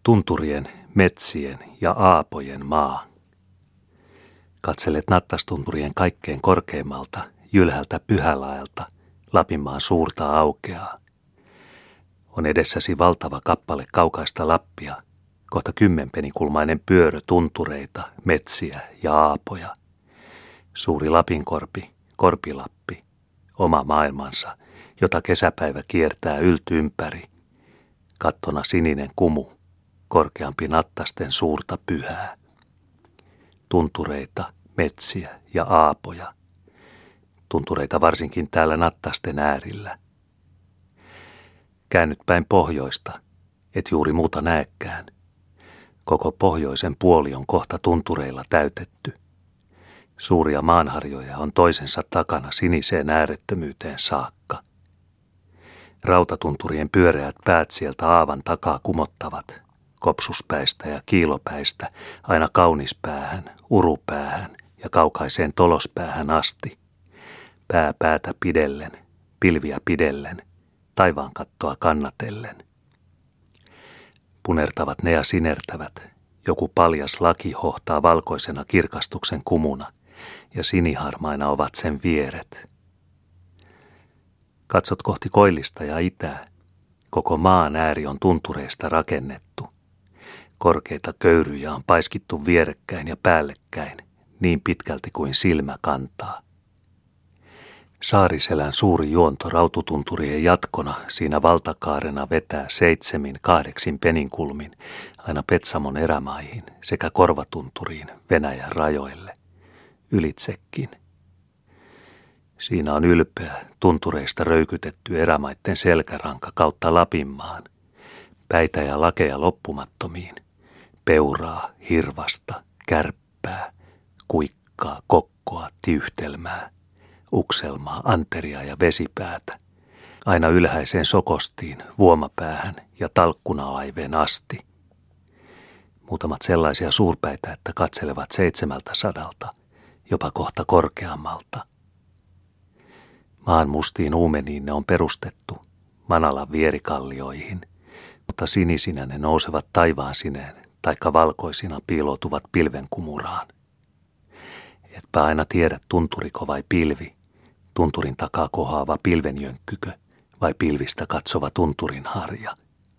Tunturien, metsien ja aapojen maa. Katselet Nattastunturien kaikkein korkeimmalta, jylhältä Pyhälaelta, Lapinmaan suurta aukeaa. On edessäsi valtava kappale kaukaista Lappia, kohta 10-penikulmainen pyörö tuntureita, metsiä ja aapoja. Suuri Lapinkorpi, Korpilappi, oma maailmansa, jota kesäpäivä kiertää yltympäri. Kattona sininen kumu, korkeampi Nattasten suurta pyhää. Tuntureita, metsiä ja aapoja. Tuntureita varsinkin täällä Nattasten äärillä. Käännyt päin pohjoista, et juuri muuta näekään. Koko pohjoisen puoli on kohta tuntureilla täytetty. Suuria maanharjoja on toisensa takana siniseen äärettömyyteen saakka. Rautatunturien pyöreät päät sieltä aavan takaa kumottavat, Kopsuspäistä ja Kiilopäistä aina Kaunispäähän, Urupäähän ja kaukaiseen Tolospäähän asti. Pää päätä pidellen, pilviä pidellen, taivaankattoa kannatellen. Punertavat ne ja sinertävät, joku paljas laki hohtaa valkoisena kirkastuksen kumuna, ja siniharmaina ovat sen vieret. Katsot kohti koillista ja itää. Koko maan ääri on tuntureista rakennettu. Korkeita köyryjä on paiskittu vierekkäin ja päällekkäin, niin pitkälti kuin silmä kantaa. Saariselän suuri juonto raututunturien jatkona siinä valtakaarena vetää 7-8 peninkulmin aina Petsamon erämaihin sekä Korvatunturiin Venäjän rajoille, ylitsekin. Siinä on ylpeä, tuntureista röykytetty erämaitten selkäranka kautta Lapinmaan, päitä ja lakeja loppumattomiin, peuraa, hirvasta, kärppää, kuikkaa, kokkoa, tiyhtelmää, ukselmaa, anteria ja vesipäätä, aina ylhäiseen Sokostiin, Vuomapäähän ja Talkkuna-aiveen asti. Muutamat sellaisia suurpäitä, että katselevat 700, jopa kohta korkeammalta. Maan mustiin uumeniin ne on perustettu, Manalan vierikallioihin, mutta sinisinä ne nousevat taivaan sineen, taikka valkoisina piiloutuvat pilvenkumuraan. Etpä aina tiedä, tunturiko vai pilvi, tunturin takaa kohaava pilvenjönkkykö vai pilvistä katsova tunturin harja.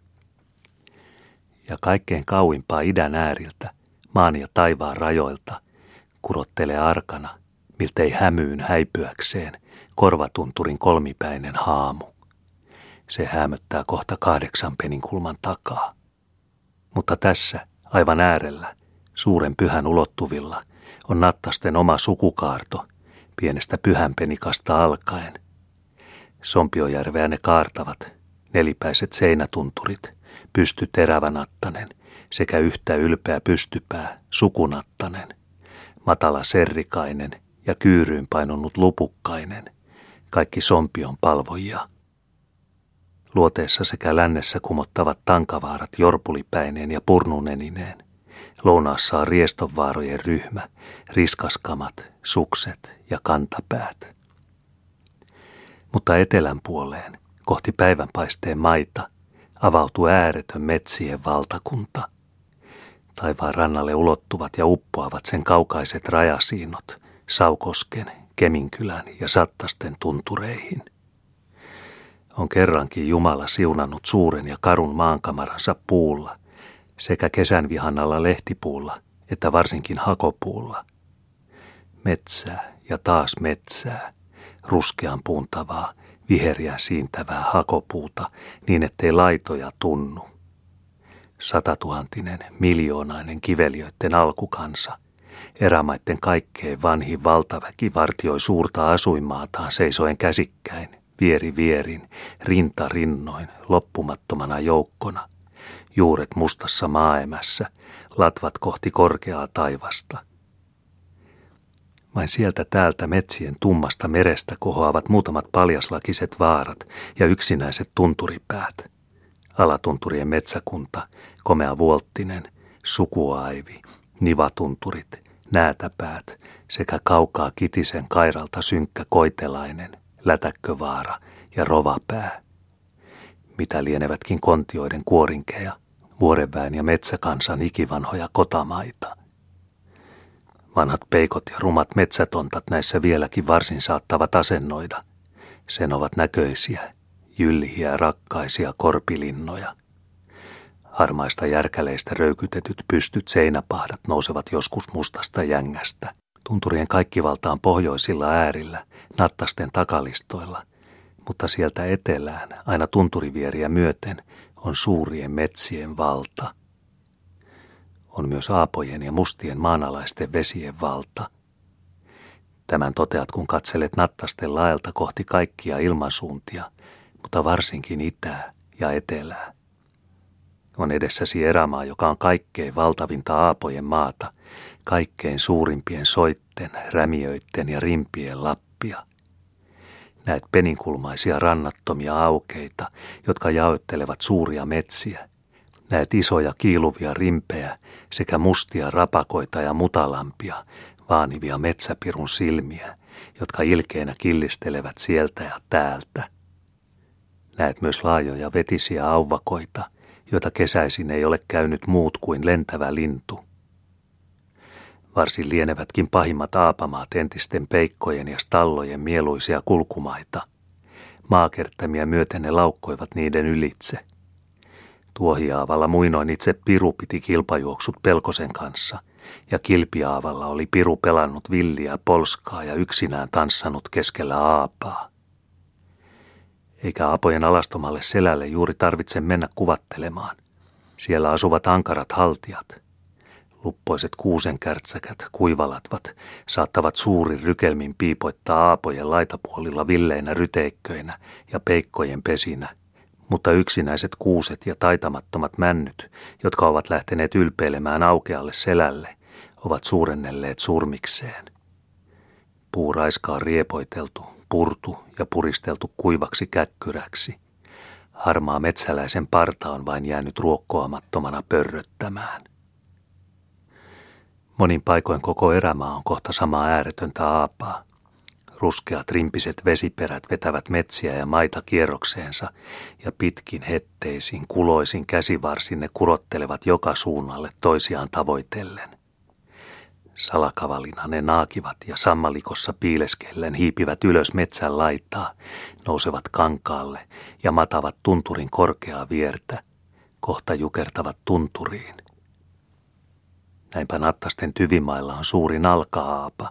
Ja kaikkein kauimpaa idän ääriltä, maan ja taivaan rajoilta, kurottelee arkana, miltei hämyyn häipyäkseen, Korvatunturin kolmipäinen haamu. Se hämöttää kohta 8 peninkulman takaa. Mutta tässä, aivan äärellä, suuren pyhän ulottuvilla, on Nattasten oma sukukaarto, pienestä pyhänpenikasta alkaen. Sompiojärveä ne kaartavat, nelipäiset seinätunturit, pystyterävä Nattanen sekä yhtä ylpeä pystypää, sukunattanen, matala serrikainen ja kyyryyn painunut lupukkainen, kaikki Sompion palvojia. Luoteessa sekä lännessä kumottavat Tankavaarat jorpulipäineen ja purnunenineen. Lounaassa on Riestonvaarojen ryhmä, riskaskamat, sukset ja kantapäät. Mutta etelän puoleen, kohti päivänpaisteen maita, avautuu ääretön metsien valtakunta. Taivaan rannalle ulottuvat ja uppoavat sen kaukaiset rajasiinot, Saukosken, Keminkylän ja Sattasten tuntureihin. On kerrankin Jumala siunannut suuren ja karun maankamaransa puulla, sekä kesän vihannalla lehtipuulla että varsinkin hakopuulla. Metsää ja taas metsää, ruskean puuntavaa, viheriä siintävää hakopuuta niin ettei laitoja tunnu. 100 000, miljoonainen kiveliöiden alkukansa, erämaitten kaikkein vanhin valtaväki vartioi suurta asuinmaataan seisoen käsikkäin, vieri vierin, rinta rinnoin, loppumattomana joukkona. Juuret mustassa maaemässä, latvat kohti korkeaa taivasta. Vain sieltä täältä metsien tummasta merestä kohoavat muutamat paljaslakiset vaarat ja yksinäiset tunturipäät. Alatunturien metsäkunta, komea Vuolttinen, Sukuaivi, Nivatunturit, Näätäpäät sekä kaukaa Kitisen kairalta synkkä Koitelainen, Lätäkkövaara ja Rovapää. Mitä lienevätkin kontioiden kuorinkeja, vuorenväen ja metsäkansan ikivanhoja kotamaita. Vanhat peikot ja rumat metsätontat näissä vieläkin varsin saattavat asennoida. Sen ovat näköisiä, jyllihiä rakkaisia korpilinnoja. Harmaista järkäleistä röykytetyt pystyt seinäpahdat nousevat joskus mustasta jängästä. Tunturien kaikkivaltaan pohjoisilla äärillä, nattasten takalistoilla, mutta sieltä etelään, aina tunturivieriä myöten, on suurien metsien valta. On myös aapojen ja mustien maanalaisten vesien valta. Tämän toteat, kun katselet nattasten laelta kohti kaikkia ilmansuuntia, mutta varsinkin itää ja etelää. On edessäsi erämaa, joka on kaikkein valtavinta aapojen maata, kaikkein suurimpien soitten, rämiöitten ja rimpien Lappia. Näet peninkulmaisia rannattomia aukeita, jotka jaottelevat suuria metsiä. Näet isoja kiiluvia rimpejä sekä mustia rapakoita ja mutalampia, vaanivia metsäpirun silmiä, jotka ilkeinä killistelevät sieltä ja täältä. Näet myös laajoja vetisiä auvakoita, joita kesäisin ei ole käynyt muut kuin lentävä lintu. Varsin lienevätkin pahimmat aapamaat entisten peikkojen ja stallojen mieluisia kulkumaita. Maakerttämiä myöten ne laukkoivat niiden ylitse. Tuohiaavalla muinoin itse piru piti kilpajuoksut Pelkosen kanssa, ja kilpiaavalla oli piru pelannut villiä polskaa ja yksinään tanssanut keskellä aapaa. Eikä aapojen alastomalle selälle juuri tarvitse mennä kuvattelemaan. Siellä asuvat ankarat haltijat. Luppoiset kuusenkärtsäkät, kuivalatvat, saattavat suurin rykelmin piipoittaa aapojen laitapuolilla villeinä ryteikköinä ja peikkojen pesinä, mutta yksinäiset kuuset ja taitamattomat männyt, jotka ovat lähteneet ylpeilemään aukealle selälle, ovat suurennelleet surmikseen. Puuraiska on riepoiteltu, purtu ja puristeltu kuivaksi käkkyräksi. Harmaa metsäläisen parta on vain jäänyt ruokkoamattomana pörröttämään. Monin paikoin koko erämaa on kohta samaa ääretöntä aapaa. Ruskeat rimpiset vesiperät vetävät metsiä ja maita kierrokseensa, ja pitkin hetteisin, kuloisin käsivarsin ne kurottelevat joka suunnalle toisiaan tavoitellen. Salakavalina ne naakivat ja sammalikossa piileskellen hiipivät ylös metsän laitaa, nousevat kankaalle ja matavat tunturin korkeaa viertä, kohta jukertavat tunturiin. Näinpä nattasten tyvimailla on suuri nalka-aapa.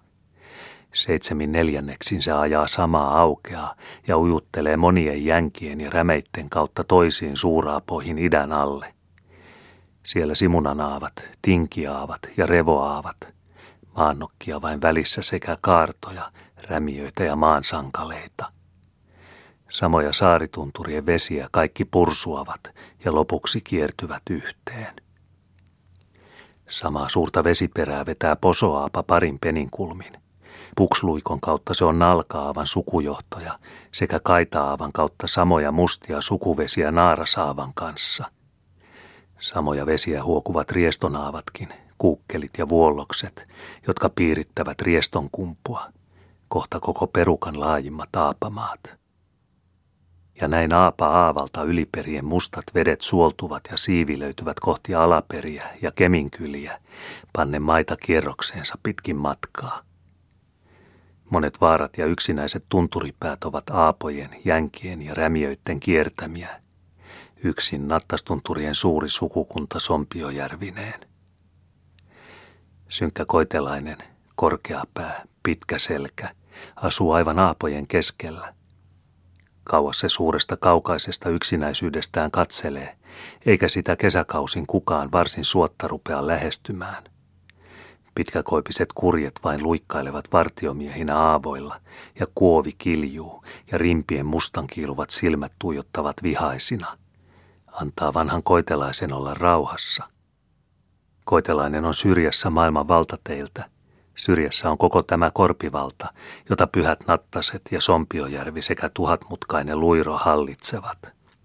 7/4 se ajaa samaa aukeaa ja ujuttelee monien jänkien ja rämeitten kautta toisiin suuraapoihin idän alle. Siellä simunanaavat, tinkiaavat ja revoaavat, maannokkia vain välissä sekä kaartoja, rämiöitä ja maansankaleita. Samoja saaritunturien vesiä kaikki pursuavat ja lopuksi kiertyvät yhteen. Samaa suurta vesiperää vetää posoaapa parin peninkulmin. Puksluikon kautta se on nalka-aavan sukujohtoja sekä kaita-aavan kautta samoja mustia sukuvesiä naarasaavan kanssa. Samoja vesiä huokuvat riestonaavatkin, kuukkelit ja vuollokset, jotka piirittävät riestonkumpua, kohta koko perukan laajimmat aapamaat. Ja näin aapa aavalta yliperien mustat vedet suoltuvat ja siivilöityvät kohti alaperiä ja keminkyliä, panne maita kierrokseensa pitkin matkaa. Monet vaarat ja yksinäiset tunturipäät ovat aapojen, jänkien ja rämiöitten kiertämiä. Yksin nattastunturien suuri sukukunta Sompiojärvineen. Synkkä koitelainen, korkeapää, pitkä selkä, asuu aivan aapojen keskellä. Kauas se suuresta kaukaisesta yksinäisyydestään katselee, eikä sitä kesäkausin kukaan varsin suotta rupea lähestymään. Pitkäkoipiset kurjet vain luikkailevat vartiomiehinä aavoilla, ja kuovi kiljuu, ja rimpien mustankiiluvat silmät tuijottavat vihaisina. Antaa vanhan koitelaisen olla rauhassa. Koitelainen on syrjässä maailman valtateiltä. Syrjässä on koko tämä korpivalta, jota pyhät Nattaset ja Sompiojärvi sekä tuhatmutkainen luiro hallitsevat.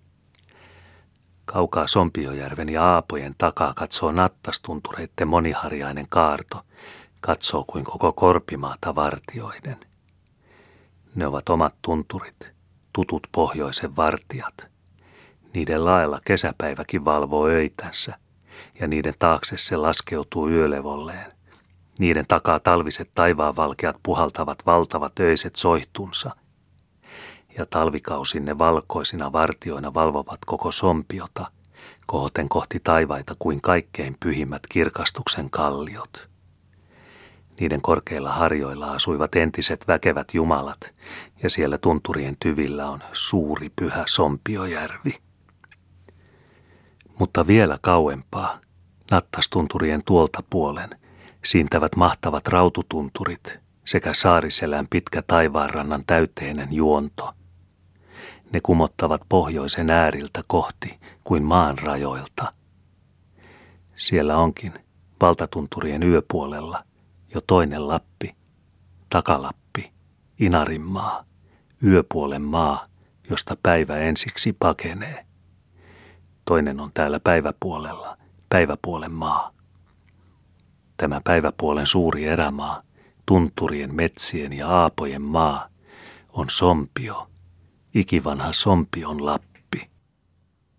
Kaukaa Sompiojärven ja aapojen takaa katsoo nattastuntureitten moniharjainen kaarto, katsoo kuin koko korpimaata vartioiden. Ne ovat omat tunturit, tutut pohjoisen vartijat. Niiden laella kesäpäiväkin valvoo öitänsä, ja niiden taakse se laskeutuu yölevolleen. Niiden takaa talviset taivaanvalkeat puhaltavat valtavat öiset soihtunsa, ja talvikausin ne valkoisina vartioina valvovat koko sompiota, kohoten kohti taivaita kuin kaikkein pyhimmät kirkastuksen kalliot. Niiden korkeilla harjoilla asuivat entiset väkevät jumalat, ja siellä tunturien tyvillä on suuri pyhä Sompiojärvi. Mutta vielä kauempaa, Nattastunturien tuolta puolen, siintävät mahtavat raututunturit sekä Saariselän pitkä taivaanrannan täyteinen juonto. Ne kumottavat pohjoisen ääriltä kohti kuin maan rajoilta. Siellä onkin valtatunturien yöpuolella jo toinen Lappi, Takalappi, Inarinmaa, yöpuolen maa, josta päivä ensiksi pakenee. Toinen on täällä päiväpuolella, päiväpuolen maa. Tämä päiväpuolen suuri erämaa, tunturien, metsien ja aapojen maa, on Sompio, ikivanha Sompion Lappi.